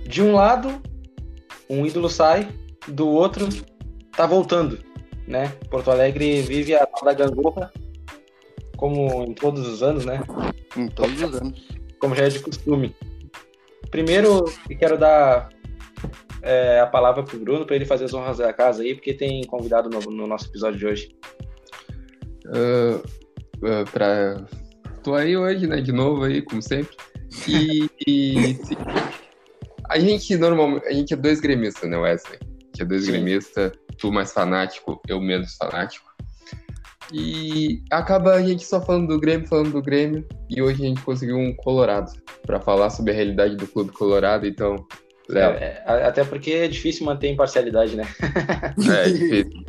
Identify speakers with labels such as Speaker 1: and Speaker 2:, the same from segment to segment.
Speaker 1: de um lado, um ídolo sai, do outro, tá voltando, né? Porto Alegre vive a tal da gangorra, como em todos os anos, né?
Speaker 2: Em todos os anos.
Speaker 1: Como já é de costume. Primeiro, eu quero dar a palavra pro Bruno para ele fazer as honras da casa aí, porque tem convidado no nosso episódio de hoje.
Speaker 3: Tô aí hoje, né? De novo aí, como sempre. A gente é dois gremistas, né, Wesley? A gente é dois gremistas, tu mais fanático, eu menos fanático. E acaba a gente só falando do Grêmio, e hoje a gente conseguiu um colorado para falar sobre a realidade do clube colorado, então, Léo.
Speaker 1: Até porque é difícil manter imparcialidade, né?
Speaker 3: É difícil.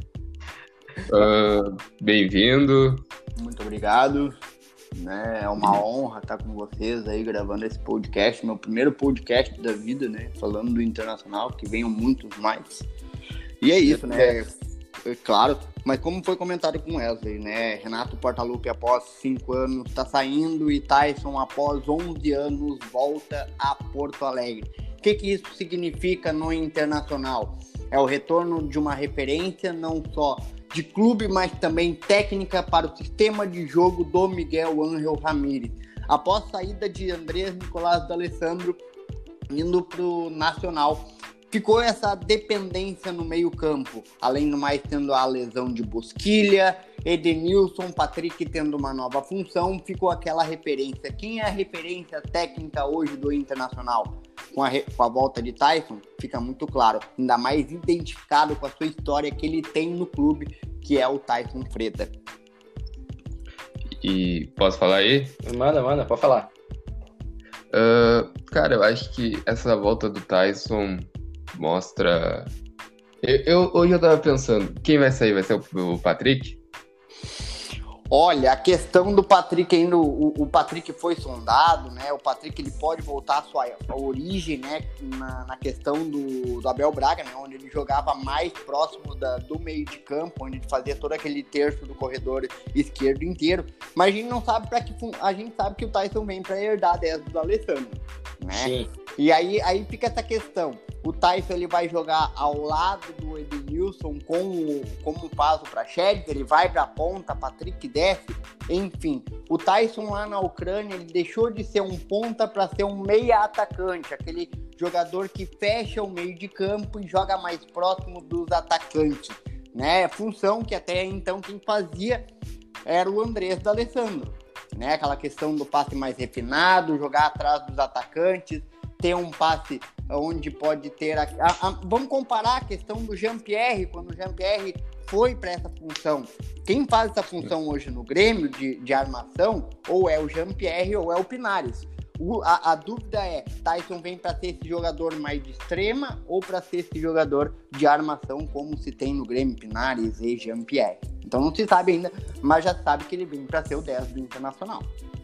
Speaker 3: Bem-vindo.
Speaker 2: Muito obrigado. Né? É uma honra estar com vocês aí gravando esse podcast, meu primeiro podcast da vida, né? Falando do Internacional, que venham muitos mais. E é isso, né? Claro, mas como foi comentado com o Wesley, né? Renato Portaluppi após 5 anos está saindo e Tyson após 11 anos volta a Porto Alegre. O que isso significa no Internacional? É o retorno de uma referência não só de clube, mas também técnica para o sistema de jogo do Miguel Ángel Ramírez. Após saída de Andrés Nicolás D'Alessandro indo para o Nacional, ficou essa dependência no meio-campo, além do mais tendo a lesão de Bosquilha, Edenilson, Patrick tendo uma nova função, ficou aquela referência. Quem é a referência técnica hoje do Internacional? Com a volta de Tyson, fica muito claro, ainda mais identificado com a sua história que ele tem no clube, que é o Tyson Freta.
Speaker 3: E posso falar aí?
Speaker 1: Manda, pode falar.
Speaker 3: Cara, eu acho que essa volta do Tyson mostra... Hoje eu tava pensando, quem vai sair? Vai ser o Patrick?
Speaker 2: Olha, a questão do Patrick ainda, o Patrick foi sondado, né? O Patrick ele pode voltar à sua origem, né? Na questão do Abel Braga, né? Onde ele jogava mais próximo do meio de campo, onde ele fazia todo aquele terço do corredor esquerdo inteiro. Mas a gente não sabe a gente sabe que o Tyson vem para herdar 10 do Alessandro, né?
Speaker 1: Sim.
Speaker 2: E aí fica essa questão. O Tyson ele vai jogar ao lado do Edenilson como faz o Praxedes, ele vai para a ponta, Patrick desce, enfim. O Tyson lá na Ucrânia, ele deixou de ser um ponta para ser um meia atacante, aquele jogador que fecha o meio de campo e joga mais próximo dos atacantes, né? Função que até então quem fazia era o Andrés D'Alessandro, né? Aquela questão do passe mais refinado, jogar atrás dos atacantes, ter um passe onde pode ter... Vamos comparar a questão do Jean-Pierre, quando o Jean-Pierre foi para essa função. Quem faz essa função hoje no Grêmio de armação, ou é o Jean-Pierre ou é o Pinares. A dúvida é, Tyson vem para ser esse jogador mais de extrema ou para ser esse jogador de armação, como se tem no Grêmio, Pinares e Jean-Pierre. Então não se sabe ainda, mas já sabe que ele vem para ser o 10 do Internacional.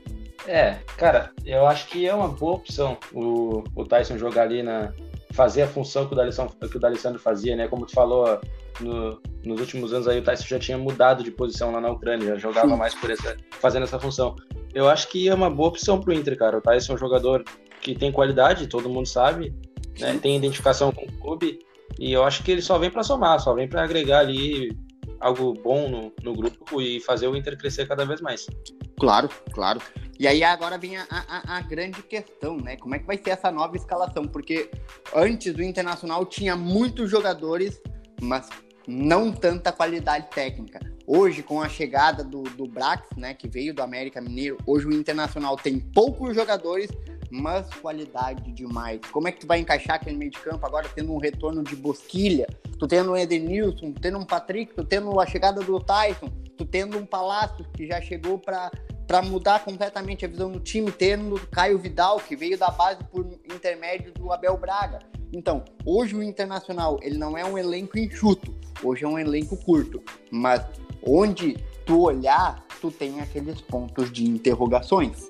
Speaker 1: Cara, eu acho que é uma boa opção o Tyson jogar ali fazer a função que o D'Alessandro fazia, né? Como tu falou, nos últimos anos aí o Tyson já tinha mudado de posição lá na Ucrânia, já jogava mais fazendo essa função. Eu acho que é uma boa opção pro Inter, cara. O Tyson é um jogador que tem qualidade, todo mundo sabe, né? Tem identificação com o clube, e eu acho que ele só vem para somar, só vem para agregar ali algo bom no grupo e fazer o Inter crescer cada vez mais.
Speaker 2: Claro. E aí agora vem a grande questão, né? Como é que vai ser essa nova escalação? Porque antes do Internacional tinha muitos jogadores, mas não tanta qualidade técnica. Hoje, com a chegada do Brax, né, que veio do América Mineiro, hoje o Internacional tem poucos jogadores, mas qualidade demais. Como é que tu vai encaixar aquele meio de campo agora tendo um retorno de Bosquilha, tu tendo um Edenilson, tu tendo um Patrick, tu tendo a chegada do Tyson, tu tendo um Palácio que já chegou para mudar completamente a visão do time, tendo Caio Vidal, que veio da base por intermédio do Abel Braga. Então, hoje o Internacional, ele não é um elenco enxuto, hoje é um elenco curto, mas onde tu olhar, tu tem aqueles pontos de interrogações.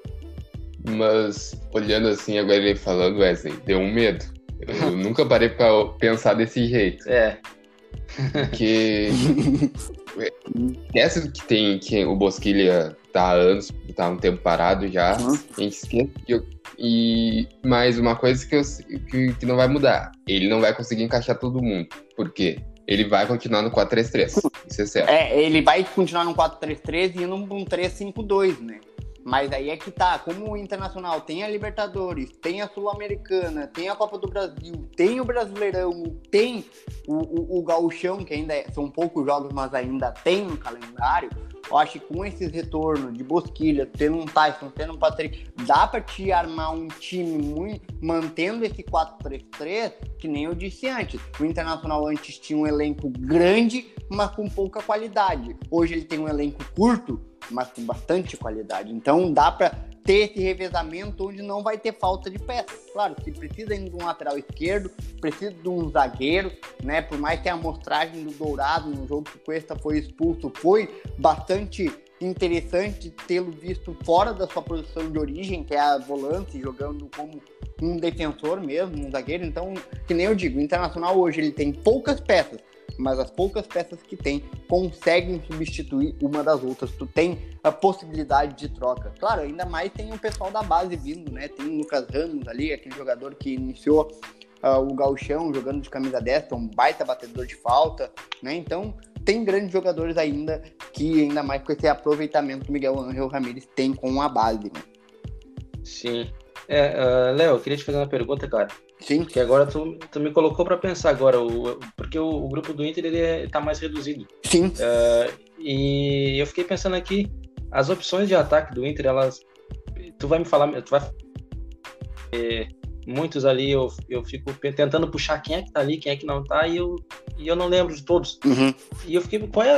Speaker 3: Mas, olhando assim, agora ele falando, Wesley, deu um medo. Eu nunca parei pra pensar desse jeito. Porque esquece que o Bosquilha tá há anos, tá há um tempo parado já. A gente esquece E mais uma coisa que não vai mudar. Ele não vai conseguir encaixar todo mundo. Por quê? Ele vai continuar no 4-3-3. Isso é certo.
Speaker 2: Ele vai continuar no 4-3-3 e indo num 3-5-2, né? Mas aí é que tá, como o Internacional tem a Libertadores, tem a Sul-Americana, tem a Copa do Brasil, tem o Brasileirão, tem o Gauchão, que ainda são poucos jogos, mas ainda tem no calendário. Eu acho que com esses retornos de Bosquilha, tendo um Tyson, tendo um Patrick, dá pra te armar um time mantendo esse 4-3-3, que nem eu disse antes. O Internacional antes tinha um elenco grande, mas com pouca qualidade. Hoje ele tem um elenco curto, mas com bastante qualidade. Então dá pra ter esse revezamento onde não vai ter falta de peças. Claro, se precisa de um lateral esquerdo, precisa de um zagueiro, né? Por mais que a amostragem do Dourado no jogo que o Cuesta foi expulso, foi bastante interessante tê-lo visto fora da sua posição de origem, que é a volante, jogando como um defensor mesmo, um zagueiro. Então, que nem eu digo, o Internacional hoje ele tem poucas peças, mas as poucas peças que tem conseguem substituir uma das outras. Tu tem a possibilidade de troca. Claro, ainda mais tem o pessoal da base vindo, né? Tem o Lucas Ramos ali, aquele jogador que iniciou o Gauchão jogando de camisa 10, um baita batedor de falta, né? Então, tem grandes jogadores ainda, que ainda mais com esse aproveitamento que o Miguel Ángel Ramírez tem com a base, né?
Speaker 1: Sim. Léo, eu queria te fazer uma pergunta, cara.
Speaker 2: Sim.
Speaker 1: Que agora tu me colocou para pensar agora, porque o grupo do Inter ele tá mais reduzido.
Speaker 2: Sim.
Speaker 1: E eu fiquei pensando aqui, as opções de ataque do Inter, muitos ali eu fico tentando puxar quem é que tá ali, quem é que não tá, e eu não lembro de todos.
Speaker 2: Uhum.
Speaker 1: E eu fiquei, qual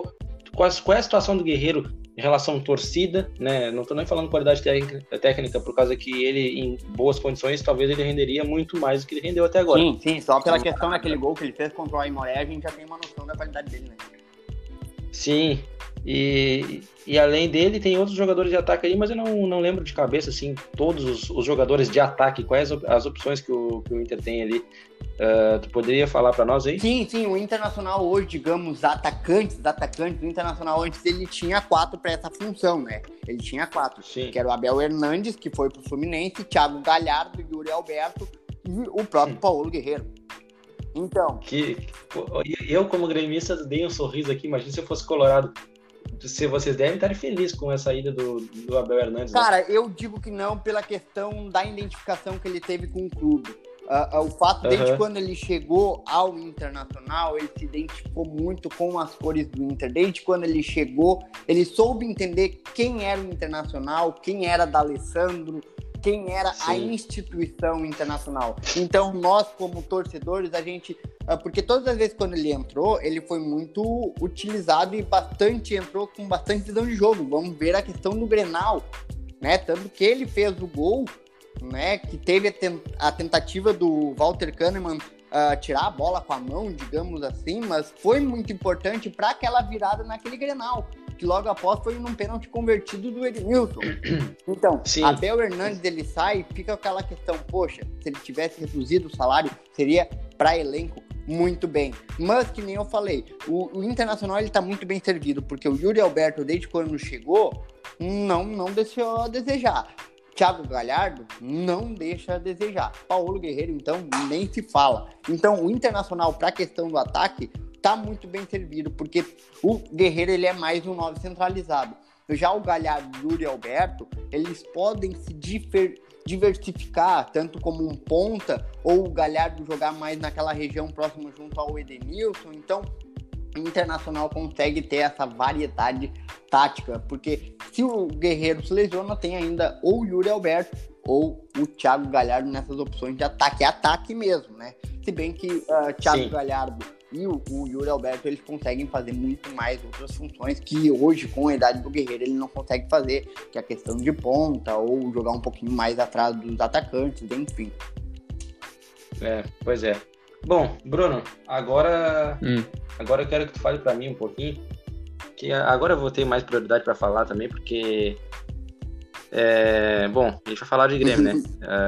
Speaker 1: é a situação do Guerreiro em relação à torcida, né? Não tô nem falando qualidade técnica, por causa que ele, em boas condições, talvez ele renderia muito mais do que ele rendeu até agora.
Speaker 2: Sim, só pela questão daquele gol que ele fez contra o Aimoré, a gente já tem uma noção da qualidade dele, né?
Speaker 1: Sim, e além dele tem outros jogadores de ataque aí, mas eu não lembro de cabeça, assim, todos os jogadores de ataque, quais as opções que o Inter tem ali. Tu poderia falar para nós aí?
Speaker 2: Sim, o Internacional hoje, digamos, atacantes do Internacional antes ele tinha 4 para essa função, né? Ele tinha 4,
Speaker 1: Sim.
Speaker 2: Que era o Abel Hernandes, que foi pro Fluminense, Thiago Galhardo, Yuri Alberto e o próprio Paulo Guerreiro. Então...
Speaker 1: Eu, como gremista, dei um sorriso aqui, imagina se eu fosse colorado. Vocês devem estar felizes com a saída do Abel Hernandes.
Speaker 2: Cara,
Speaker 1: né?
Speaker 2: eu digo que não pela questão da identificação que ele teve com o clube. O fato desde quando ele chegou ao Internacional, ele se identificou muito com as cores do Inter. Desde quando ele chegou, ele soube entender quem era o Internacional, quem era D'Alessandro, quem era a instituição Internacional. Então, nós, como torcedores, a gente... Porque todas as vezes quando ele entrou, ele foi muito utilizado e entrou com bastante visão de jogo. Vamos ver a questão do Grenal, né? Tanto que ele fez o gol, né? Que teve a tentativa do Walter Kahneman tirar a bola com a mão, digamos assim, mas foi muito importante para aquela virada naquele Grenal, que logo após foi num pênalti convertido do Edmilson. Então, Abel Hernandes, ele sai, fica aquela questão, poxa, se ele tivesse reduzido o salário, seria para elenco muito bem. Mas, que nem eu falei, o Internacional ele tá muito bem servido, porque o Yuri Alberto, desde quando chegou, não deixou a desejar. Thiago Galhardo não deixa a desejar. Paulo Guerreiro, então, nem se fala. Então, o Internacional, para a questão do ataque, tá muito bem servido, porque o Guerreiro ele é mais um 9 centralizado. Já o Galhardo e o Yuri Alberto, eles podem se diversificar, tanto como um ponta, ou o Galhardo jogar mais naquela região próxima junto ao Edenilson. Então, o Internacional consegue ter essa variedade tática, porque se o Guerreiro se lesiona, tem ainda ou o Yuri Alberto ou o Thiago Galhardo nessas opções de ataque mesmo, né? Se bem que Thiago Galhardo e o Yuri Alberto, eles conseguem fazer muito mais outras funções que hoje, com a idade do Guerreiro, ele não consegue fazer, que é a questão de ponta ou jogar um pouquinho mais atrás dos atacantes, enfim.
Speaker 1: Pois é. Bom, Bruno, agora eu quero que tu fale pra mim um pouquinho, que agora eu vou ter mais prioridade pra falar também, porque bom, a gente vai falar de Grêmio, né?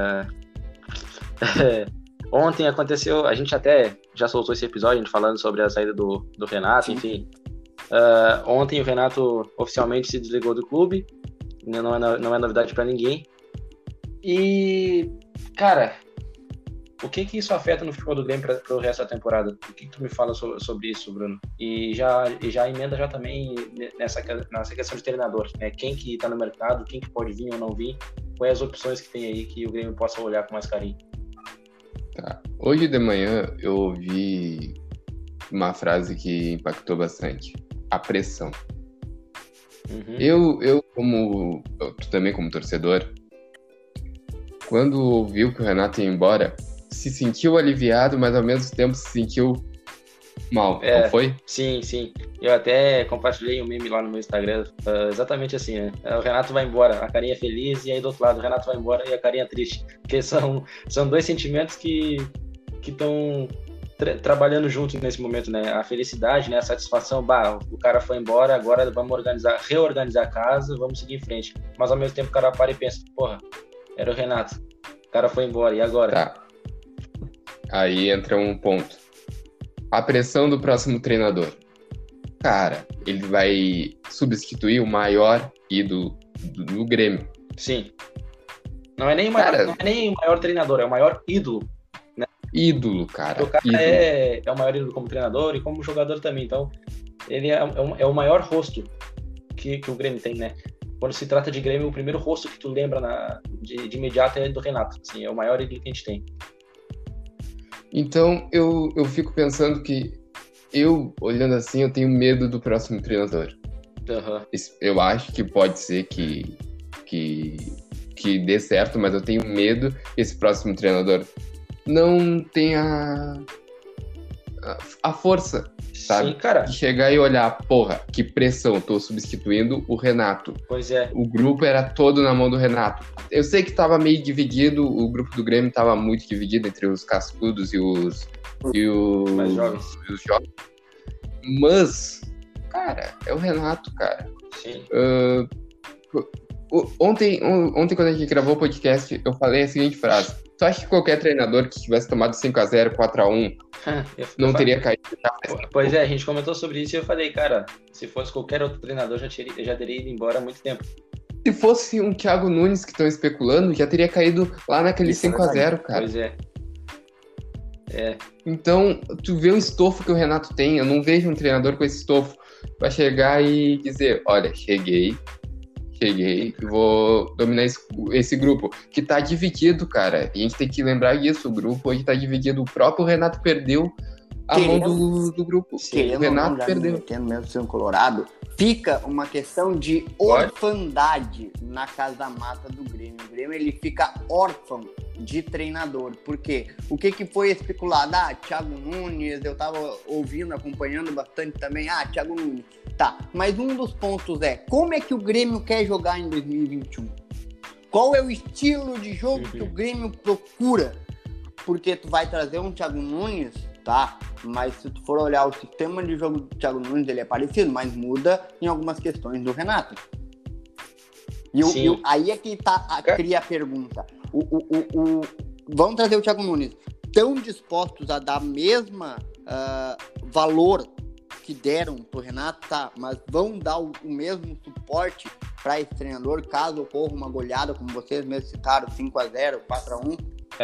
Speaker 1: Ontem aconteceu, a gente até já soltou esse episódio, a gente falando sobre a saída do Renato, enfim. Ontem o Renato oficialmente se desligou do clube, não é novidade pra ninguém. E, cara, o que isso afeta no futebol do Grêmio para o resto da temporada? O que tu me fala sobre isso, Bruno? E já emenda já também nessa questão de treinador, né? Quem que tá no mercado, quem que pode vir ou não vir, quais as opções que tem aí que o Grêmio possa olhar com mais carinho.
Speaker 3: Tá. Hoje de manhã eu ouvi uma frase que impactou bastante. A pressão.
Speaker 1: Uhum.
Speaker 3: Tu também como torcedor, quando ouviu que o Renato ia embora, se sentiu aliviado, mas ao mesmo tempo se sentiu mal, não foi?
Speaker 1: Sim. Eu até compartilhei um meme lá no meu Instagram, exatamente assim, né? O Renato vai embora, a carinha feliz, e aí do outro lado o Renato vai embora e a carinha triste. Porque são dois sentimentos que estão trabalhando juntos nesse momento, né? A felicidade, né? A satisfação, o cara foi embora, agora vamos reorganizar a casa, vamos seguir em frente. Mas ao mesmo tempo o cara para e pensa, porra, era o Renato, o cara foi embora, e agora?
Speaker 3: Tá. Aí entra um ponto. A pressão do próximo treinador. Cara, ele vai substituir o maior ídolo do Grêmio.
Speaker 1: Sim. Não é nem o maior treinador, é o maior ídolo. Né?
Speaker 3: Ídolo, cara.
Speaker 1: O cara é o maior ídolo como treinador e como jogador também. Então, ele é o maior rosto que o Grêmio tem, né? Quando se trata de Grêmio, o primeiro rosto que tu lembra de imediato é do Renato. Assim, é o maior ídolo que a gente tem.
Speaker 3: Então, eu fico pensando que olhando assim, eu tenho medo do próximo treinador.
Speaker 1: Uhum.
Speaker 3: Eu acho que pode ser que dê certo, mas eu tenho medo que esse próximo treinador não tenha a força, sabe?
Speaker 1: Sim, cara.
Speaker 3: De chegar e olhar, porra, que pressão, tô substituindo o Renato.
Speaker 1: Pois é.
Speaker 3: O grupo era todo na mão do Renato. Eu sei que tava meio dividido, o grupo do Grêmio tava muito dividido entre os cascudos e os
Speaker 1: mais jovens.
Speaker 3: Os jovens. Mas, cara, é o Renato, cara.
Speaker 1: Sim.
Speaker 3: Ontem, quando a gente gravou o podcast, eu falei a seguinte frase. Tu acha que qualquer treinador que tivesse tomado 5-0, 4-1, não teria caído?
Speaker 1: Pois é, a gente comentou sobre isso e eu falei, cara, se fosse qualquer outro treinador, já teria ido embora há muito tempo.
Speaker 3: Se fosse um Thiago Nunes que estão especulando, já teria caído lá naquele 5-0, cara.
Speaker 1: Pois é.
Speaker 3: Então, tu vê o estofo que o Renato tem, eu não vejo um treinador com esse estofo pra chegar e dizer, olha, cheguei e vou dominar esse grupo, que tá dividido, cara. E a gente tem que lembrar disso, o grupo hoje tá dividido. O próprio Renato perdeu a mão do grupo. O Renato perdeu.
Speaker 2: Mesmo sendo colorado, fica uma questão de orfandade na casa-mata do Grêmio. O Grêmio, ele fica órfão de treinador. Por quê? O que foi especulado? Thiago Nunes, eu tava ouvindo, acompanhando bastante também. Thiago Nunes. Tá, mas um dos pontos é, como é que o Grêmio quer jogar em 2021? Qual é o estilo de jogo que o Grêmio procura? Porque tu vai trazer um Thiago Nunes, tá? Mas se tu for olhar o sistema de jogo do Thiago Nunes, ele é parecido, mas muda em algumas questões do Renato. Aí é que cria a pergunta. Vamos trazer o Thiago Nunes. Estão dispostos a dar mesma valor que deram pro Renato, tá? Mas vão dar o mesmo suporte para esse treinador caso ocorra uma goleada, como vocês mesmos citaram, 5-0, 4-1?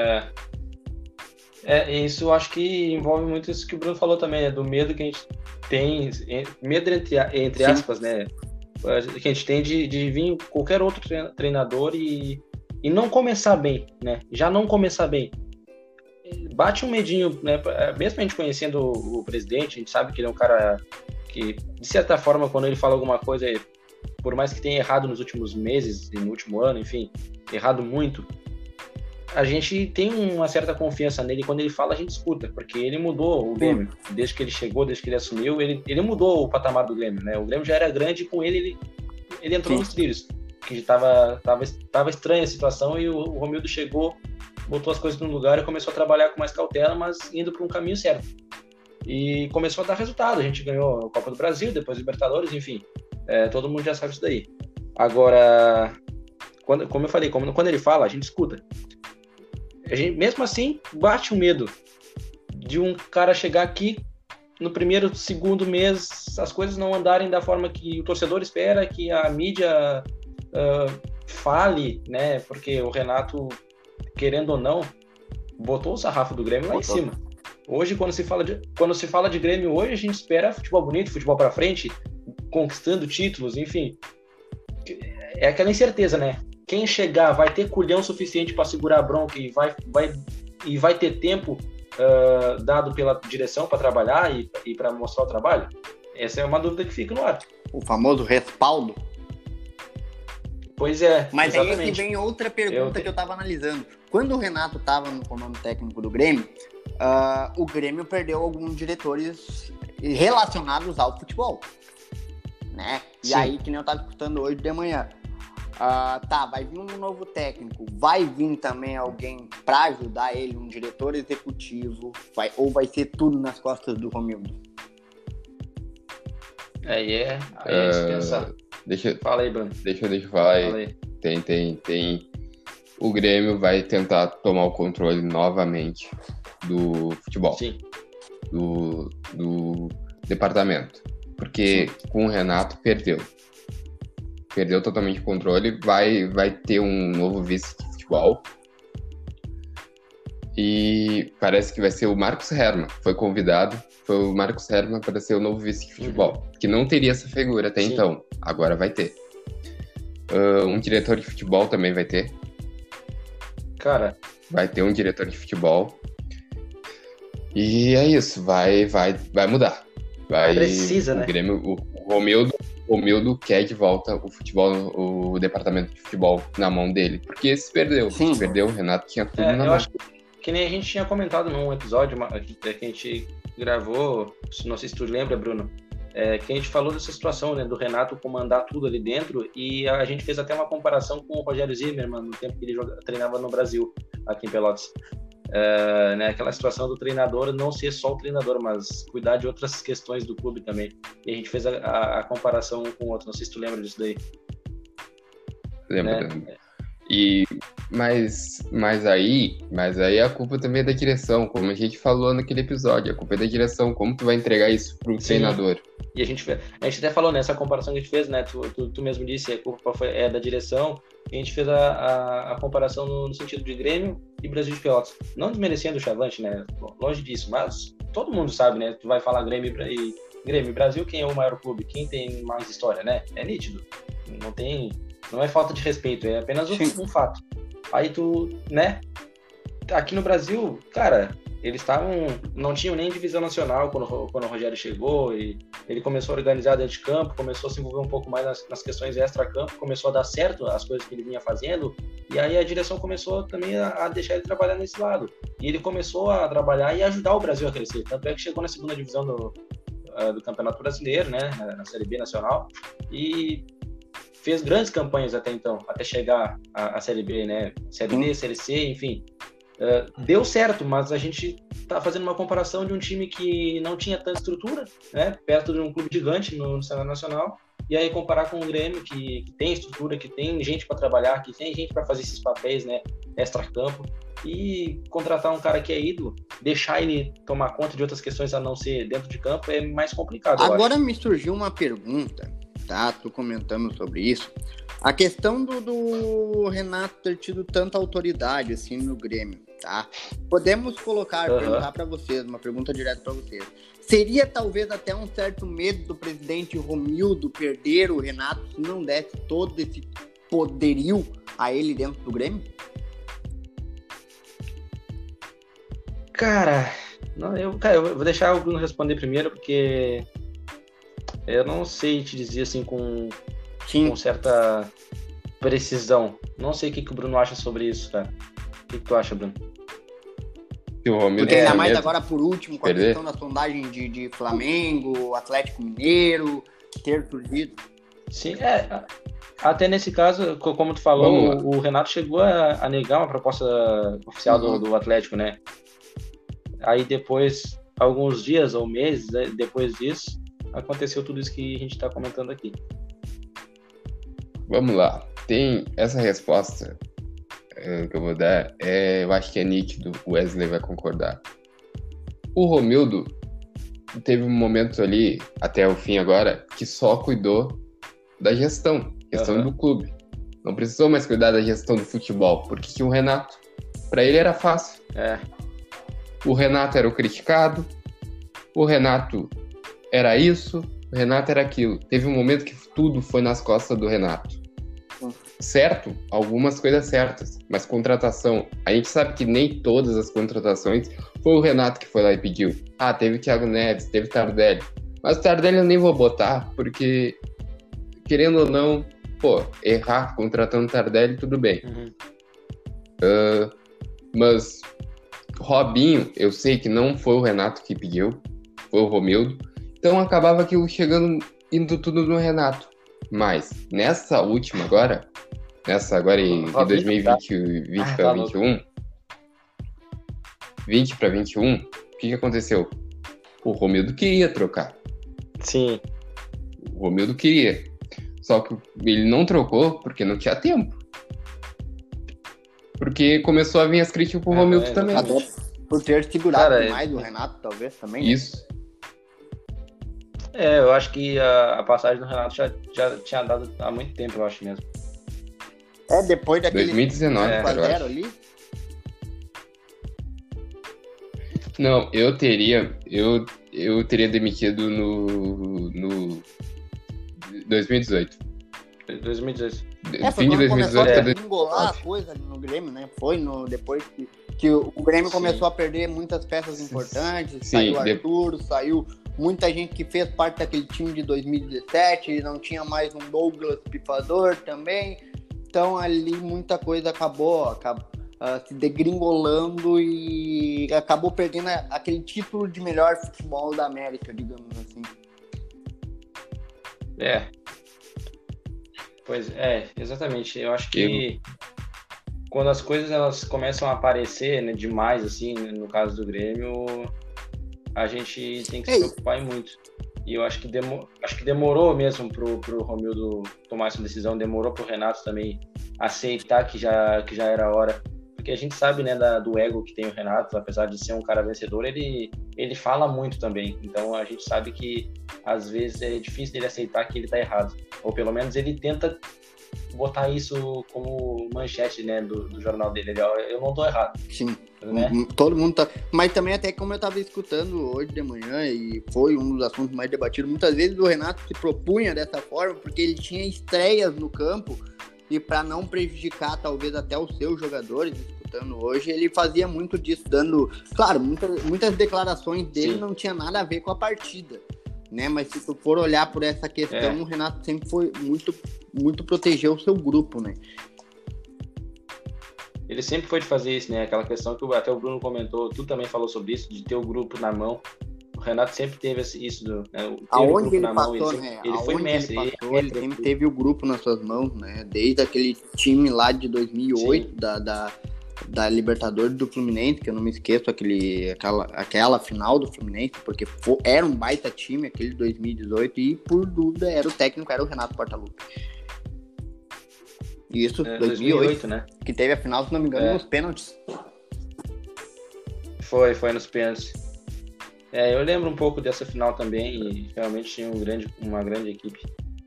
Speaker 1: Isso eu acho que envolve muito isso que o Bruno falou também, né? Do medo que a gente tem, medo entre aspas, né? Que a gente tem de vir qualquer outro treinador e não começar bem, né? Já não começar bem. Bate um medinho, né? Mesmo a gente conhecendo o presidente, a gente sabe que ele é um cara que, de certa forma, quando ele fala alguma coisa, por mais que tenha errado nos últimos meses, no último ano, enfim, errado muito, a gente tem uma certa confiança nele. Quando ele fala, a gente escuta, porque ele mudou o Grêmio. Desde que ele chegou, desde que ele assumiu, ele mudou o patamar do Grêmio, né? O Grêmio já era grande e com ele entrou nos trilhos. Que tava estranha a situação e o Romildo chegou, botou as coisas no lugar e começou a trabalhar com mais cautela, mas indo para um caminho certo. E começou a dar resultado. A gente ganhou a Copa do Brasil, depois a Libertadores, enfim. Todo mundo já sabe isso daí. Agora, como eu falei, quando ele fala, a gente escuta. A gente, mesmo assim, bate um medo de um cara chegar aqui no primeiro, segundo mês, as coisas não andarem da forma que o torcedor espera, que a mídia fale, né? Porque o Renato, querendo ou não, botou o sarrafo do Grêmio lá em cima. Hoje, quando se fala de Grêmio hoje, a gente espera futebol bonito, futebol para frente, conquistando títulos, enfim. É aquela incerteza, né? Quem chegar vai ter culhão suficiente para segurar a bronca e vai ter tempo dado pela direção para trabalhar e para mostrar o trabalho? Essa é uma dúvida que fica no ar.
Speaker 2: O famoso respaldo.
Speaker 1: Pois é,
Speaker 2: mas
Speaker 1: exatamente.
Speaker 2: Aí é que vem outra pergunta que eu estava analisando. Quando o Renato estava no comando técnico do Grêmio, o Grêmio perdeu alguns diretores relacionados ao futebol, né? E aí, que nem eu estava escutando hoje de manhã, vai vir um novo técnico, vai vir também alguém para ajudar ele, um diretor executivo, ou vai ser tudo nas costas do Romildo?
Speaker 1: Aí é dispensar.
Speaker 3: Fala aí, Bruno. Deixa eu falar aí. Tem. O Grêmio vai tentar tomar o controle novamente do futebol.
Speaker 1: Sim.
Speaker 3: Do departamento. Porque com o Renato perdeu totalmente o controle. Vai ter um novo vice de futebol. E parece que vai ser o Marcos Herrmann. Foi convidado. Foi o Marcos Herrmann para ser o novo vice de futebol. Que não teria essa figura até então. Agora vai ter. Um diretor de futebol também vai ter.
Speaker 1: Cara.
Speaker 3: Vai ter um diretor de futebol. E é isso. Vai mudar.
Speaker 1: Precisa, né?
Speaker 3: Grêmio, o Romildo quer de volta o futebol, o departamento de futebol na mão dele. Porque se perdeu.
Speaker 2: Sim.
Speaker 3: Se perdeu, o Renato tinha tudo na mão.
Speaker 1: Eu acho que nem a gente tinha comentado num episódio que a gente gravou, não sei se tu lembra, Bruno, que a gente falou dessa situação, né, do Renato comandar tudo ali dentro, e a gente fez até uma comparação com o Rogério Zimmermann no tempo que ele treinava no Brasil, aqui em Pelotas. Né, aquela situação do treinador não ser só o treinador, mas cuidar de outras questões do clube também. E a gente fez a comparação um com o outro, não sei se tu lembra disso daí.
Speaker 3: Lembro. Mas aí a culpa também é da direção, como a gente falou naquele episódio, a culpa é da direção, como tu vai entregar isso pro treinador?
Speaker 1: E a gente até falou nessa comparação que a gente fez, né, tu mesmo disse, a culpa é da direção, e a gente fez a comparação no sentido de Grêmio e Brasil de Pelotas, não desmerecendo o Chavante, né, longe disso, mas todo mundo sabe, né, tu vai falar Grêmio e Brasil, quem é o maior clube, quem tem mais história, né, é nítido, não é falta de respeito, é apenas um fato. Aí tu, né, aqui no Brasil, cara, eles não tinham nem divisão nacional quando o Rogério chegou, e ele começou a organizar dentro de campo, começou a se envolver um pouco mais nas questões extra-campo, começou a dar certo as coisas que ele vinha fazendo, e aí a direção começou também a deixar ele trabalhar nesse lado. E ele começou a trabalhar e ajudar o Brasil a crescer, tanto é que chegou na segunda divisão do Campeonato Brasileiro, né, na Série B nacional, e fez grandes campanhas até então, até chegar à Série B, né? Série D, Série C, enfim. Deu certo, mas a gente tá fazendo uma comparação de um time que não tinha tanta estrutura, né? Perto de um clube gigante no cenário nacional, e aí comparar com o Grêmio, que tem estrutura, que tem gente para trabalhar, que tem gente para fazer esses papéis, né? Extra-campo, e contratar um cara que é ídolo, deixar ele tomar conta de outras questões a não ser dentro de campo é mais complicado.
Speaker 2: Agora me surgiu uma pergunta. Tá, tô comentando sobre isso. A questão do Renato ter tido tanta autoridade assim no Grêmio, tá? Podemos perguntar para vocês, uma pergunta direta para vocês. Seria talvez até um certo medo do presidente Romildo perder o Renato se não desse todo esse poderio a ele dentro do Grêmio?
Speaker 1: Cara, eu vou deixar o Bruno responder primeiro, porque eu não sei te dizer assim com certa precisão. Não sei o que o Bruno acha sobre isso, cara. O que tu acha, Bruno?
Speaker 2: Porque ainda mais agora por último, com a questão da sondagem de Flamengo, Atlético Mineiro, ter surgido.
Speaker 1: Sim, até nesse caso, como tu falou, o Renato chegou a negar uma proposta oficial do Atlético, né? Aí depois, alguns dias ou meses depois disso, aconteceu tudo isso que a gente está comentando aqui.
Speaker 3: Vamos lá. Tem essa resposta que eu vou dar, eu acho que é nítido, o Wesley vai concordar. O Romildo teve um momento ali, até o fim agora, que só cuidou da gestão do clube. Não precisou mais cuidar da gestão do futebol. Porque que o Renato, para ele era fácil. O Renato era o criticado, o Renato era isso, o Renato era aquilo. Teve um momento que tudo foi nas costas do Renato. Certo, algumas coisas certas, mas contratação, a gente sabe que nem todas as contratações foi o Renato que foi lá e pediu. Teve o Thiago Neves, teve o Tardelli, mas o Tardelli eu nem vou botar, porque querendo ou não, errar contratando o Tardelli, tudo bem. Mas Robinho, eu sei que não foi o Renato que pediu, foi o Romildo, então acabava aquilo indo tudo no Renato. Mas nessa última agora em 2020 para 21, 20 para 21, o que aconteceu? O Romildo queria trocar.
Speaker 1: Sim.
Speaker 3: O Romildo queria. Só que ele não trocou porque não tinha tempo. Porque começou a vir as críticas pro Romildo também.
Speaker 2: Até por ter segurado mais o Renato, talvez, também.
Speaker 3: Isso.
Speaker 1: Eu acho que a passagem do Renato já tinha dado há muito tempo, eu acho mesmo.
Speaker 2: Depois daquele
Speaker 3: 2019, eu acho.
Speaker 2: Ali?
Speaker 3: Não, eu teria demitido no 2018.
Speaker 1: 2018.
Speaker 3: Fim de 2018.
Speaker 2: Começou a engolar a coisa no Grêmio, né? Foi depois que o Grêmio começou a perder muitas peças importantes. Saiu o Arthur, saiu muita gente que fez parte daquele time de 2017, não tinha mais um Douglas Pifador também. Então ali muita coisa acabou se degringolando e acabou perdendo aquele título de melhor futebol da América, digamos assim.
Speaker 1: Pois exatamente. Eu acho que quando as coisas elas começam a aparecer, né, demais, assim, no caso do Grêmio, a gente tem que se preocupar muito. E eu acho que demorou mesmo pro Romildo tomar essa decisão, demorou pro Renato também aceitar que já era a hora. Porque a gente sabe, né, do ego que tem o Renato, apesar de ser um cara vencedor, ele fala muito também. Então a gente sabe que às vezes é difícil dele aceitar que ele tá errado. Ou pelo menos ele tenta botar isso como manchete, né, do jornal dele. Eu não tô errado.
Speaker 2: Sim,
Speaker 1: né?
Speaker 2: Todo mundo tá... Mas também até como eu tava escutando hoje de manhã, e foi um dos assuntos mais debatidos, muitas vezes o Renato se propunha dessa forma porque ele tinha estreias no campo e para não prejudicar talvez até os seus jogadores, escutando hoje, ele fazia muito disso, dando... Claro, muitas declarações dele não tinha nada a ver com a partida, né? Mas se tu for olhar por essa questão, o Renato sempre foi muito proteger o seu grupo, né?
Speaker 1: Ele sempre foi de fazer isso, né? Aquela questão que até o Bruno comentou, tu também falou sobre isso, de ter o grupo na mão. O Renato sempre teve isso, né?
Speaker 2: Aonde ele passou, né?
Speaker 1: Ele foi mestre.
Speaker 2: Ele sempre teve o grupo nas suas mãos, né? Desde aquele time lá de 2008, da Libertadores do Fluminense, que eu não me esqueço, aquela final do Fluminense, porque era um baita time, aquele de 2018, e por dúvida era o Renato Portaluppi. Isso, 2008,
Speaker 1: né?
Speaker 2: Que teve a final, se não me engano, nos pênaltis.
Speaker 1: Foi nos pênaltis. Eu lembro um pouco dessa final também, e realmente tinha uma grande equipe.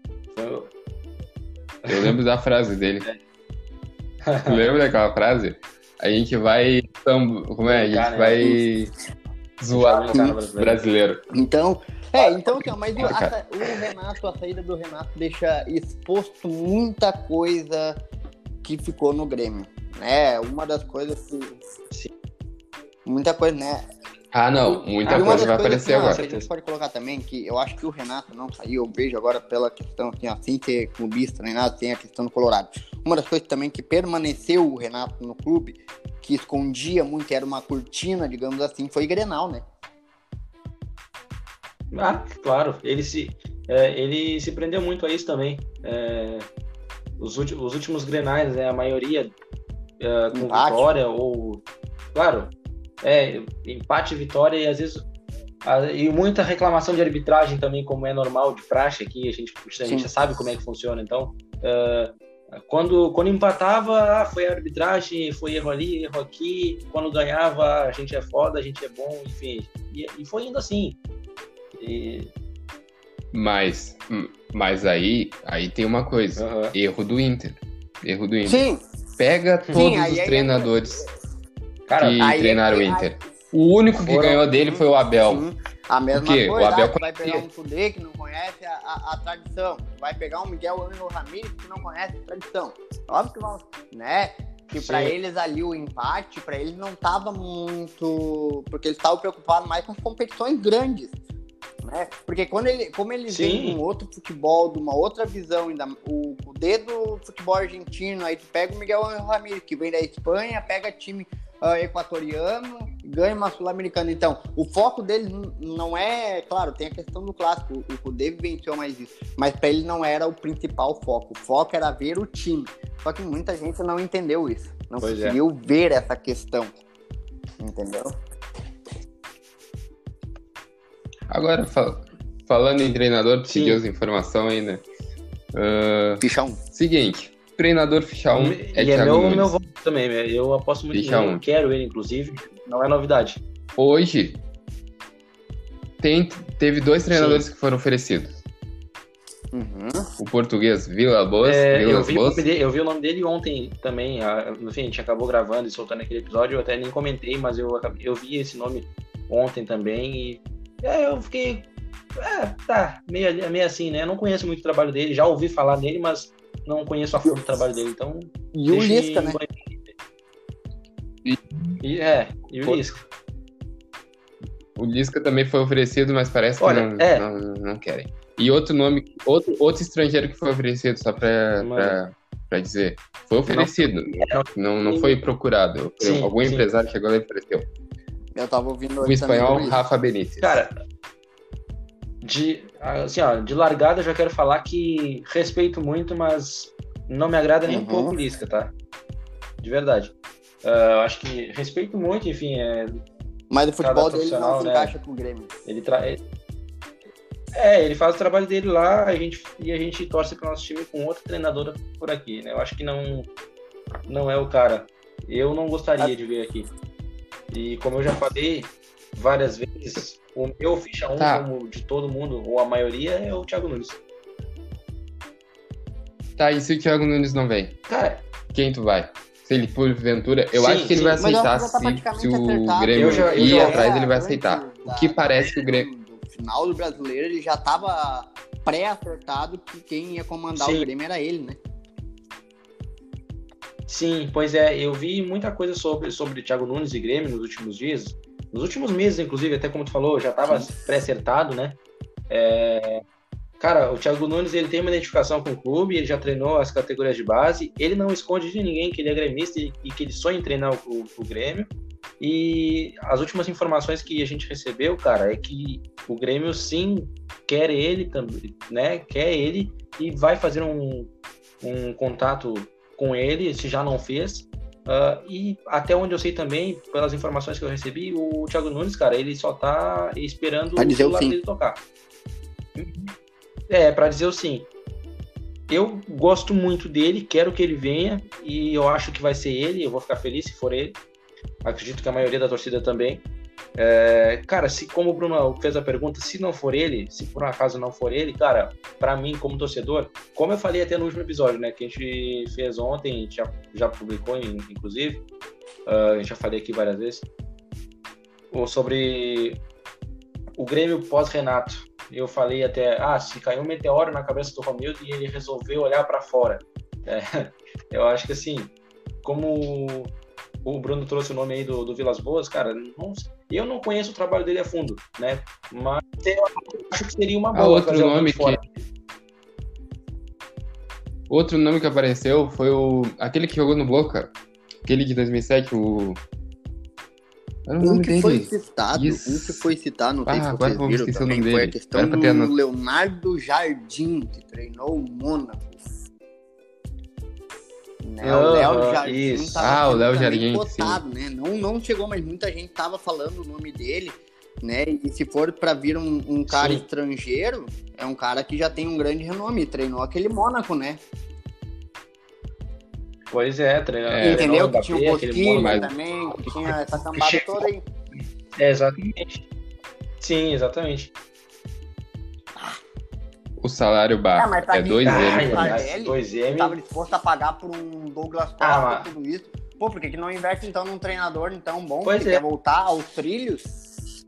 Speaker 3: Eu lembro da frase dele. Lembra daquela frase? A gente vai... A gente vai zoar o brasileiro.
Speaker 2: Então, mas a saída do Renato deixa exposto muita coisa que ficou no Grêmio, né? Uma das coisas que... Sim. Muita coisa, né?
Speaker 3: Não, muita coisa vai aparecer agora.
Speaker 2: A gente pode colocar também que eu acho que o Renato não saiu, eu vejo agora pela questão, assim ser clubista, nem nada, tem a questão do Colorado. Uma das coisas também que permaneceu o Renato no clube, que escondia muito, era uma cortina, digamos assim, foi Grenal, né?
Speaker 1: Claro, ele se prendeu muito a isso também. Os últimos Grenais, né, a maioria com vitória ou... Claro, empate, vitória e às vezes... E muita reclamação de arbitragem também, como é normal, de praxe aqui, a gente já sabe como é que funciona. Então, quando empatava, foi a arbitragem, foi erro ali, erro aqui. Quando ganhava, a gente é foda, a gente é bom, enfim. E foi indo assim.
Speaker 3: Mas aí tem uma coisa, erro do Inter. Erro do Inter.
Speaker 2: Sim.
Speaker 3: Pega todos os treinadores que treinaram o Inter. O único que ganhou dele foi o Abel.
Speaker 2: Sim. A mesma coisa,
Speaker 3: o Abel
Speaker 2: vai pegar um Kudê que não conhece a tradição. Vai pegar um Miguel Ángel Ramírez que não conhece a tradição. Óbvio que vão, né? Que pra eles ali o empate, pra eles não tava muito... Porque eles estavam preocupados mais com as competições grandes. Né? Porque como eles vêm de um outro futebol, de uma outra visão, ainda o dedo do futebol argentino, aí tu pega o Miguel Ángel Ramírez, que vem da Espanha, pega time equatoriano, ganha uma Sul-Americana. Então, o foco deles não é... Claro, tem a questão do clássico, o Kudê venceu mais isso, mas pra ele não era o principal foco. O foco era ver o time. Só que muita gente não entendeu isso. Não conseguiu ver essa questão. Entendeu?
Speaker 3: Agora, falando em treinador, pediu as informações ainda.
Speaker 2: Ficha 1.
Speaker 3: Seguinte, treinador ficha 1 é Thiago Nunes.
Speaker 1: Meu voto também, eu aposto muito nele, eu quero ele, inclusive, não é novidade.
Speaker 3: Hoje, teve 2 treinadores que foram oferecidos. O português Vilas-Boas.
Speaker 1: Eu vi o nome dele ontem também. Enfim, a gente acabou gravando e soltando aquele episódio. Eu até nem comentei, mas eu vi esse nome ontem também. E eu fiquei. Tá, meio assim, né? Eu não conheço muito o trabalho dele. Já ouvi falar dele, mas não conheço a fundo o trabalho dele. Então.
Speaker 2: E o Lisca, né?
Speaker 1: E o Lisca.
Speaker 3: O Lisca também foi oferecido, mas parece que não querem. E outro nome, outro estrangeiro que foi oferecido, só pra dizer, foi oferecido, não foi procurado. Algum empresário chegou lá e ofereceu.
Speaker 2: Eu tava ouvindo
Speaker 3: o espanhol Rafa Benítez.
Speaker 1: Cara, de largada eu já quero falar que respeito muito, mas não me agrada nem um pouco o Lisca, tá? De verdade. Eu acho que respeito muito, enfim.
Speaker 2: Mas o futebol dele não se encaixa com o Grêmio.
Speaker 1: Ele faz o trabalho dele lá a gente torce pro nosso time com outro treinador por aqui, né? Eu acho que não é o cara. Eu não gostaria de ver aqui. E como eu já falei várias vezes, o meu ficha 1, como de todo mundo, ou a maioria, é o Thiago Nunes.
Speaker 3: Tá, e se o Thiago Nunes não vem?
Speaker 1: Cara,
Speaker 3: quem tu vai? Se ele porventura, eu acho que ele vai aceitar. Se o Grêmio ir atrás, ele vai aceitar. O que parece que o Grêmio...
Speaker 2: Final do Brasileiro, ele já estava pré-acertado que quem ia comandar o Grêmio era ele, né?
Speaker 1: Sim, pois é, eu vi muita coisa sobre Thiago Nunes e Grêmio nos últimos dias, nos últimos meses, inclusive, até como tu falou, já estava pré-acertado, né? Cara, o Thiago Nunes, ele tem uma identificação com o clube, ele já treinou as categorias de base, ele não esconde de ninguém que ele é gremista e que ele sonha em treinar o Grêmio. E as últimas informações que a gente recebeu, cara, é que o Grêmio sim quer ele também, né? Quer ele e vai fazer um contato com ele, se já não fez. E até onde eu sei também, pelas informações que eu recebi, o Thiago Nunes, cara, ele só tá esperando o lado dele tocar. Pra dizer o sim. Eu gosto muito dele, quero que ele venha e eu acho que vai ser ele, eu vou ficar feliz se for ele. Acredito que a maioria da torcida também. Cara, como o Bruno fez a pergunta, se não for ele, se por um acaso não for ele, cara, pra mim como torcedor, como eu falei até no último episódio, né, que a gente fez ontem, a gente já publicou inclusive, a gente já falei aqui várias vezes, sobre o Grêmio pós-Renato. Eu falei até, se caiu um meteoro na cabeça do Romildo e ele resolveu olhar pra fora. Eu acho que assim, como o Bruno trouxe o nome aí do Vilas-Boas, cara, eu não conheço o trabalho dele a fundo, né? Mas eu acho que seria uma boa.
Speaker 3: Outro nome que apareceu foi aquele que jogou no Boca, aquele de 2007,
Speaker 2: Um que foi citado, não sei se vocês viram também, foi a questão do Leonardo Jardim, que treinou o Mônaco. Né? O Léo Jardim
Speaker 3: o Léo Jardim
Speaker 2: cotado, né? Não chegou, mas muita gente tava falando o nome dele, né? E se for para vir um cara estrangeiro, é um cara que já tem um grande renome, treinou aquele Mônaco, né?
Speaker 1: Pois é, treinou.
Speaker 2: Entendeu? Que tinha o Bosquilha também, que tinha essa cambada toda aí.
Speaker 1: Exatamente. Sim, exatamente.
Speaker 3: salário baixo.
Speaker 2: Mas pra
Speaker 3: É 2M.
Speaker 2: Tardelli
Speaker 1: 2M.
Speaker 2: tava disposto a pagar por um Douglas Costa e tudo isso. Pô, por que não investe então num treinador então bom que quer voltar aos trilhos?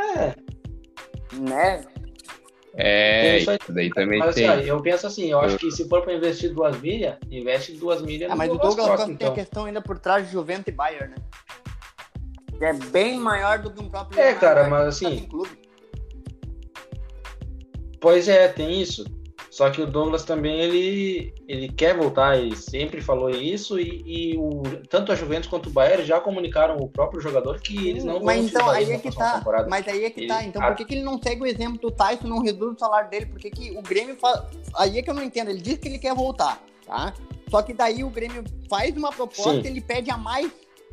Speaker 2: Né?
Speaker 3: Isso daí também
Speaker 1: mas,
Speaker 3: tem.
Speaker 1: Assim, eu penso assim, eu acho que se for pra investir 2 milhas, investe 2 milhas no
Speaker 2: mas o Douglas Costa tem a questão ainda por trás de Juventus e Bayern, né? Que é bem maior do que um próprio...
Speaker 1: cara, mas assim... Pois é, tem isso. Só que o Douglas também, ele quer voltar, ele sempre falou isso, tanto a Juventus quanto o Bayern já comunicaram o próprio jogador que eles não vão...
Speaker 2: Mas então, aí é que tá. Mas aí é que tá. Então, por que ele não segue o exemplo do Tyson, não reduz o salário dele? Por que o Grêmio faz... Aí é que eu não entendo. Ele diz que ele quer voltar, tá? Só que daí o Grêmio faz uma proposta e ele pede a mais.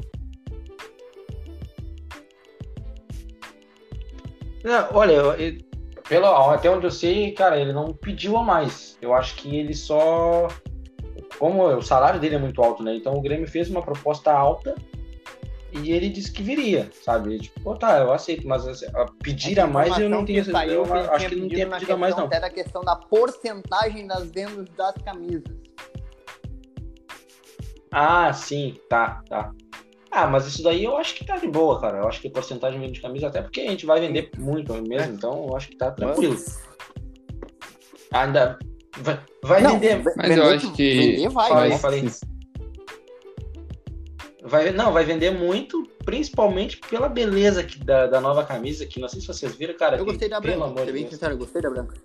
Speaker 1: Não, olha, até onde eu sei, cara, ele não pediu a mais. Eu acho que ele só... Como o salário dele é muito alto, né? Então o Grêmio fez uma proposta alta e ele disse que viria, sabe? Tipo, eu aceito, mas pedir a mais eu não tenho... Eu acho que ele não tinha pedido a mais, não.
Speaker 2: Até da questão da porcentagem das vendas das camisas.
Speaker 1: Sim, tá. Mas isso daí eu acho que tá de boa, cara. Eu acho que a porcentagem de camisa, até porque a gente vai vender muito mesmo, então eu acho que tá tranquilo. Ainda vai vender.
Speaker 3: Mas eu acho que...
Speaker 1: Falei. Vai vender muito, principalmente pela beleza da nova camisa, que não sei se vocês viram, cara.
Speaker 2: Eu gostei da branca, vou ser bem sincero, eu gostei da branca.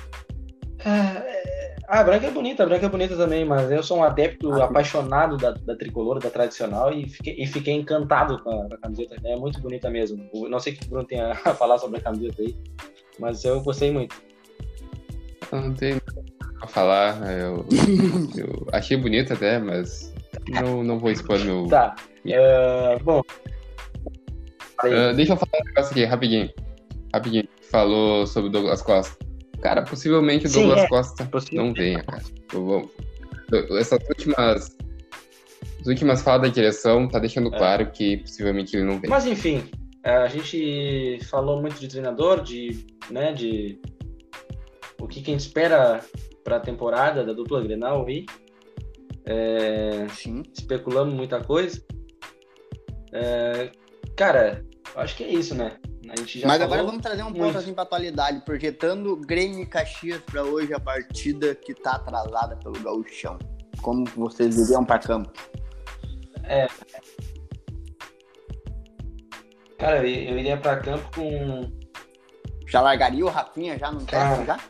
Speaker 1: A branca é bonita também, mas eu sou um adepto apaixonado da tricolor, da tradicional, e fiquei encantado com a camiseta. É muito bonita mesmo. Não sei o que o Bruno tem a falar sobre a camiseta aí, mas eu gostei muito.
Speaker 3: Eu não tenho a falar, eu achei bonita até, mas não vou expor meu...
Speaker 1: Tá, bom...
Speaker 3: deixa eu falar um negócio aqui, rapidinho. Falou sobre o Douglas Costa. Cara, possivelmente o Douglas Costa não venha, cara. Essas últimas falas da direção tá deixando claro que possivelmente ele não vem.
Speaker 1: Mas enfim, a gente falou muito de treinador, de o que a gente espera pra temporada da dupla Grenal aí. Especulamos muita coisa. Cara, acho que é isso, né?
Speaker 2: Mas agora vamos trazer um ponto assim pra atualidade, projetando Grêmio e Caxias pra hoje, a partida que tá atrasada pelo Gauchão. Como vocês iriam pra campo?
Speaker 1: Cara, eu iria pra campo com...
Speaker 2: Já largaria o Rafinha já no teste, já?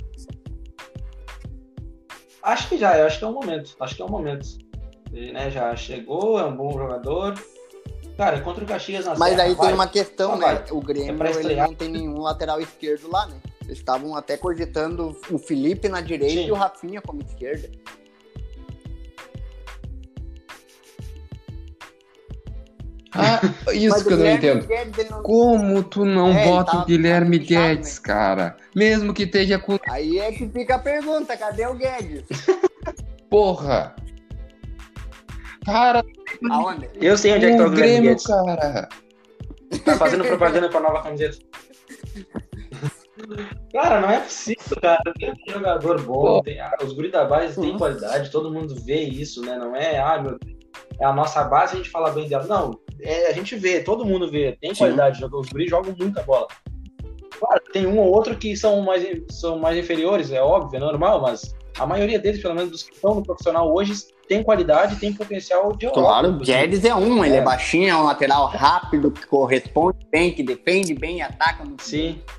Speaker 1: Acho que já, eu acho que é um momento. Ele, né, já chegou, é um bom jogador. Cara, contra o Caxias na
Speaker 2: Mas
Speaker 1: Serra,
Speaker 2: aí tem uma questão, né? O Grêmio
Speaker 1: ele
Speaker 2: não tem nenhum lateral esquerdo lá, né? Eles estavam até cogitando o Felipe na direita e o Rafinha como esquerda.
Speaker 3: Isso que eu não entendo. Como tu não bota o Guilherme Guedes, cara? Mesmo que esteja com...
Speaker 2: Aí é que fica a pergunta, cadê o Guedes?
Speaker 3: Porra! Cara...
Speaker 2: Aonde?
Speaker 1: Eu sei onde é que tá o Grêmio, Guedes.
Speaker 3: Cara.
Speaker 1: Tá fazendo propaganda pra nova camiseta. Cara, não é possível, cara. Tem um jogador bom, os guri da base têm qualidade, todo mundo vê isso, né? Não é, meu Deus, é a nossa base, a gente fala bem dela. Não, a gente vê, todo mundo vê, tem qualidade, os guri jogam muita bola. Claro, tem um ou outro que são mais inferiores, é óbvio, é normal, mas a maioria deles, pelo menos dos que estão no profissional hoje, tem qualidade, tem potencial de Europa.
Speaker 2: Claro, o Guedes ele é baixinho, é um lateral rápido, que corresponde bem, que defende bem e ataca muito
Speaker 1: Sim.
Speaker 2: bem.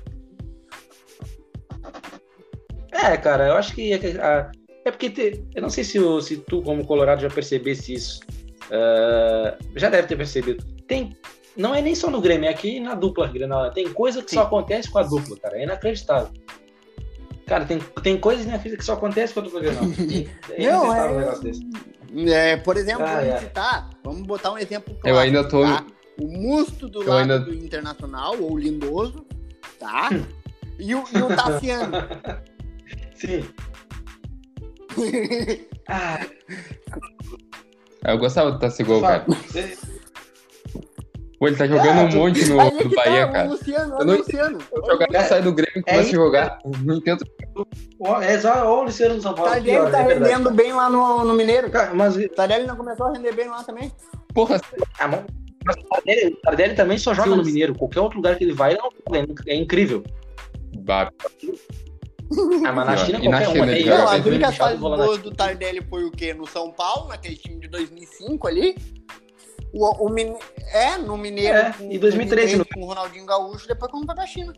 Speaker 1: Cara, eu acho que é porque eu não sei se tu, como colorado, já percebesse isso. Já deve ter percebido. Não é nem só no Grêmio, é aqui na dupla Grenal, né? Tem coisa que só acontece com a dupla, cara. É inacreditável. Cara, tem coisas na vida que só acontece com a dupla Grenal. É inacreditável um negócio desse.
Speaker 2: Por exemplo, vamos botar um exemplo clássico,
Speaker 3: eu ainda tô...
Speaker 2: tá? O Musto do lado do Internacional, ou o Lindoso, tá? E o Tassiano.
Speaker 1: Sim.
Speaker 3: Eu gostava do Tassigol, cara. Pô, ele tá jogando um monte no Bahia, cara.
Speaker 2: O Luciano.
Speaker 3: O jogador sai do Grêmio e começa a jogar. Não entendo.
Speaker 1: Olha o Luciano do São Paulo.
Speaker 2: Tardelli tá rendendo bem lá no Mineiro.
Speaker 1: Cara, mas
Speaker 2: Tardelli não começou a render bem lá também?
Speaker 3: Porra,
Speaker 1: mas o Tardelli também só joga no Mineiro. Qualquer outro lugar que ele vai, é incrível.
Speaker 3: bah,
Speaker 1: Mas na China,
Speaker 3: E na
Speaker 1: qualquer
Speaker 3: China,
Speaker 1: um.
Speaker 3: ele
Speaker 2: Não,
Speaker 3: joga
Speaker 2: as únicas fases
Speaker 1: bola
Speaker 2: boas do Tardelli foi o quê? No São Paulo, naquele time de 2005 ali. No Mineiro.
Speaker 1: E 2013
Speaker 2: com o Ronaldinho Gaúcho, depois quando foi pra China.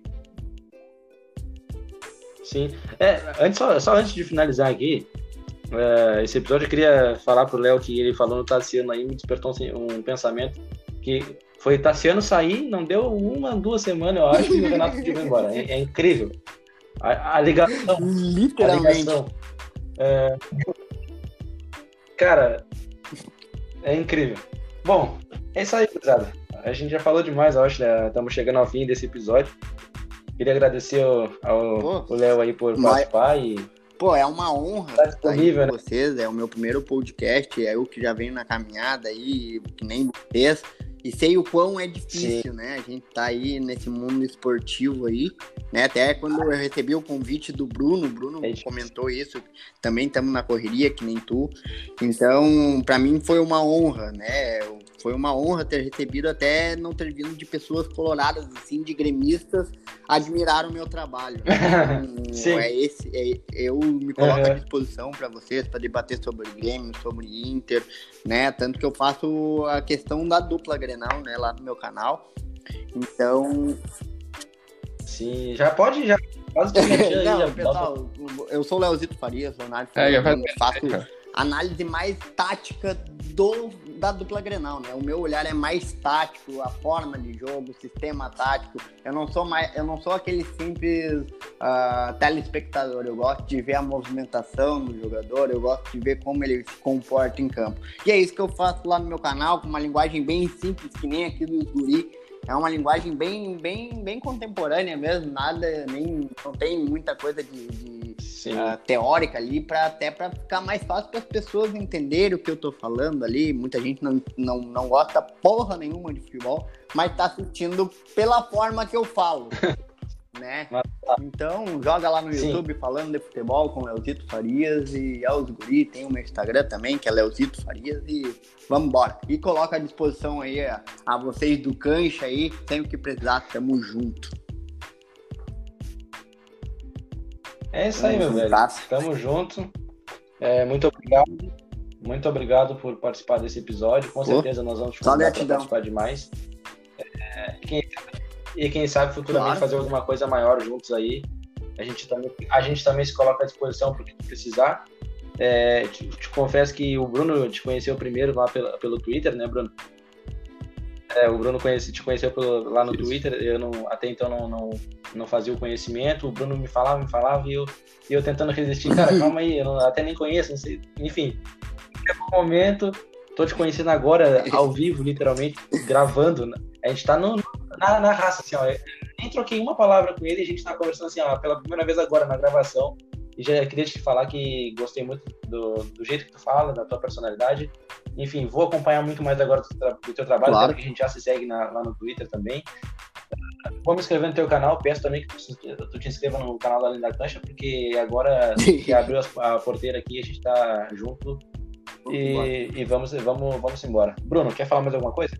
Speaker 1: Sim. Só antes de finalizar aqui, esse episódio eu queria falar pro Léo que ele falou no Tassiano aí, me despertou um pensamento que foi Tassiano sair, não deu 2 semanas, eu acho, e o Renato foi embora. É incrível. A ligação.
Speaker 2: Literalmente.
Speaker 1: A ligação. Cara, é incrível. Bom, é isso aí, pesada. A gente já falou demais, eu acho, né? Estamos chegando ao fim desse episódio. Queria agradecer ao Léo aí por participar e...
Speaker 2: Pô, é uma honra estar aí com vocês, é o meu primeiro podcast, é eu que já venho na caminhada aí, que nem vocês, e sei o quão é difícil, Sim. né, a gente tá aí nesse mundo esportivo aí, né, até quando eu recebi o convite do Bruno, comentou isso, também estamos na correria, que nem tu, então, pra mim foi uma honra, né, foi uma honra ter recebido, até não ter vindo de pessoas coloradas, assim, de gremistas, admirar o meu trabalho. Então, eu me coloco à disposição para vocês, para debater sobre Grêmio, sobre Inter, né? Tanto que eu faço a questão da dupla Grenal, né? Lá no meu canal. Então...
Speaker 1: Sim, já pode, quase
Speaker 2: Não, pessoal, eu sou o Leozito Farias, sou faço análise mais tática da dupla Grenal, né? O meu olhar é mais tático, a forma de jogo, o sistema tático. Eu não sou aquele simples telespectador. Eu gosto de ver a movimentação do jogador, eu gosto de ver como ele se comporta em campo. E é isso que eu faço lá no meu canal, com uma linguagem bem simples, que nem aqui do Guri. É uma linguagem bem contemporânea mesmo, não tem muita coisa de teórica ali, até para ficar mais fácil para as pessoas entenderem o que eu tô falando ali. Muita gente não gosta porra nenhuma de futebol, mas tá assistindo pela forma que eu falo, né? Então, joga lá no YouTube falando de futebol com Leozito Farias e os guri, tem o meu Instagram também, que é Leozito Farias, e vamos embora. E coloca à disposição aí a vocês do Cancha aí, sem o que precisar, tamo junto.
Speaker 1: É isso aí, meu velho. Tamo junto. Muito obrigado por participar desse episódio. Com certeza nós vamos te convidar para participar de mais. Quem sabe futuramente fazer alguma coisa maior juntos aí. A gente também se coloca à disposição para o que precisar. Te confesso que o Bruno te conheceu primeiro lá pelo Twitter, né, Bruno? O Bruno te conheceu lá no Twitter. Eu até então não fazia o conhecimento. O Bruno me falava e eu tentando resistir. Cara, calma aí, eu até nem conheço, não sei. Enfim, no momento, tô te conhecendo agora, ao vivo, literalmente, gravando. A gente tá na raça, assim, ó. Eu nem troquei uma palavra com ele, a gente tá conversando assim, ó, pela primeira vez agora na gravação. E já queria te falar que gostei muito do jeito que tu fala, da tua personalidade. Enfim, vou acompanhar muito mais agora do teu trabalho, claro. Que a gente já se segue lá no Twitter também. Vou me inscrever no teu canal, peço também que tu te inscreva no canal da Linda Cancha, porque agora que abriu a porteira aqui, a gente tá junto e vamos embora. Bruno, quer falar mais alguma coisa?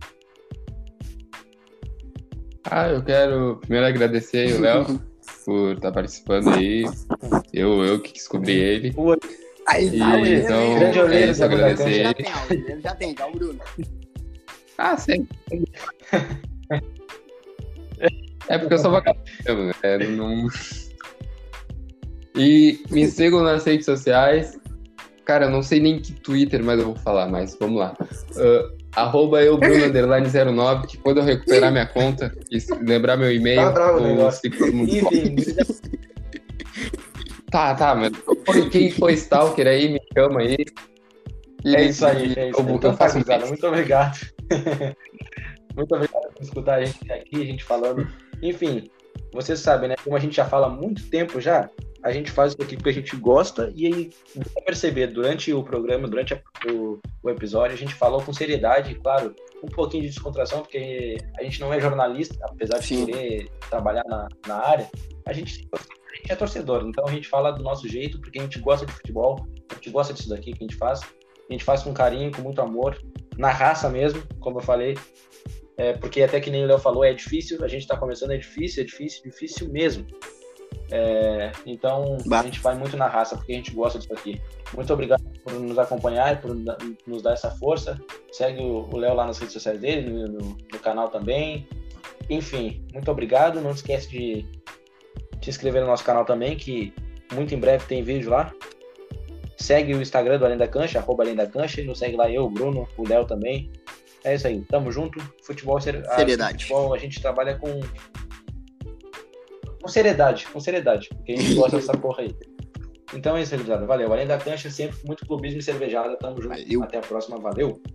Speaker 3: Eu quero primeiro agradecer aí o Léo por estar participando aí. Eu que descobri ele. Então,
Speaker 1: grande olheiro,
Speaker 3: agradecer ele.
Speaker 2: Ele já tem, tá o Bruno.
Speaker 3: Sim. É porque eu sou vagabundo, né? E me sigam nas redes sociais. Cara, eu não sei nem que Twitter, mas eu vou falar mais. Vamos lá. @eubruno_09, que quando eu recuperar minha conta e lembrar meu e-mail, eu sigo todo mundo. Tá, mas quem foi stalker aí, me chama aí.
Speaker 1: É isso aí. Então,
Speaker 3: faço
Speaker 1: muito obrigado. Muito obrigado por escutar a gente aqui, a gente falando. Enfim, vocês sabem, né? Como a gente já fala há muito tempo já, a gente faz isso aqui porque a gente gosta, e aí, dá pra perceber, durante o programa, durante o episódio, a gente falou com seriedade, claro, um pouquinho de descontração, porque a gente não é jornalista, apesar de querer trabalhar na área, a gente gente é torcedor, então a gente fala do nosso jeito, porque a gente gosta de futebol, a gente gosta disso daqui que a gente faz com carinho, com muito amor, na raça mesmo, como eu falei, porque até que nem o Léo falou, é difícil, a gente tá começando, é difícil mesmo. Então a gente vai muito na raça, porque a gente gosta disso aqui. Muito obrigado por nos acompanhar e por nos dar essa força. Segue o Léo lá nas redes sociais dele, no canal também. Enfim, muito obrigado. Não esquece de se inscrever no nosso canal também, que muito em breve tem vídeo lá. Segue o Instagram do Além da Cancha, @Além da Cancha, e nos segue lá eu, o Bruno, o Léo também. É isso aí, tamo junto. Futebol,
Speaker 2: seriedade.
Speaker 1: Futebol a gente trabalha com seriedade, porque a gente gosta dessa porra aí. Então é isso, gurizada. Valeu. Além da Cancha, sempre muito clubismo e cervejada. Tamo junto.
Speaker 2: Valeu.
Speaker 1: Até a próxima. Valeu.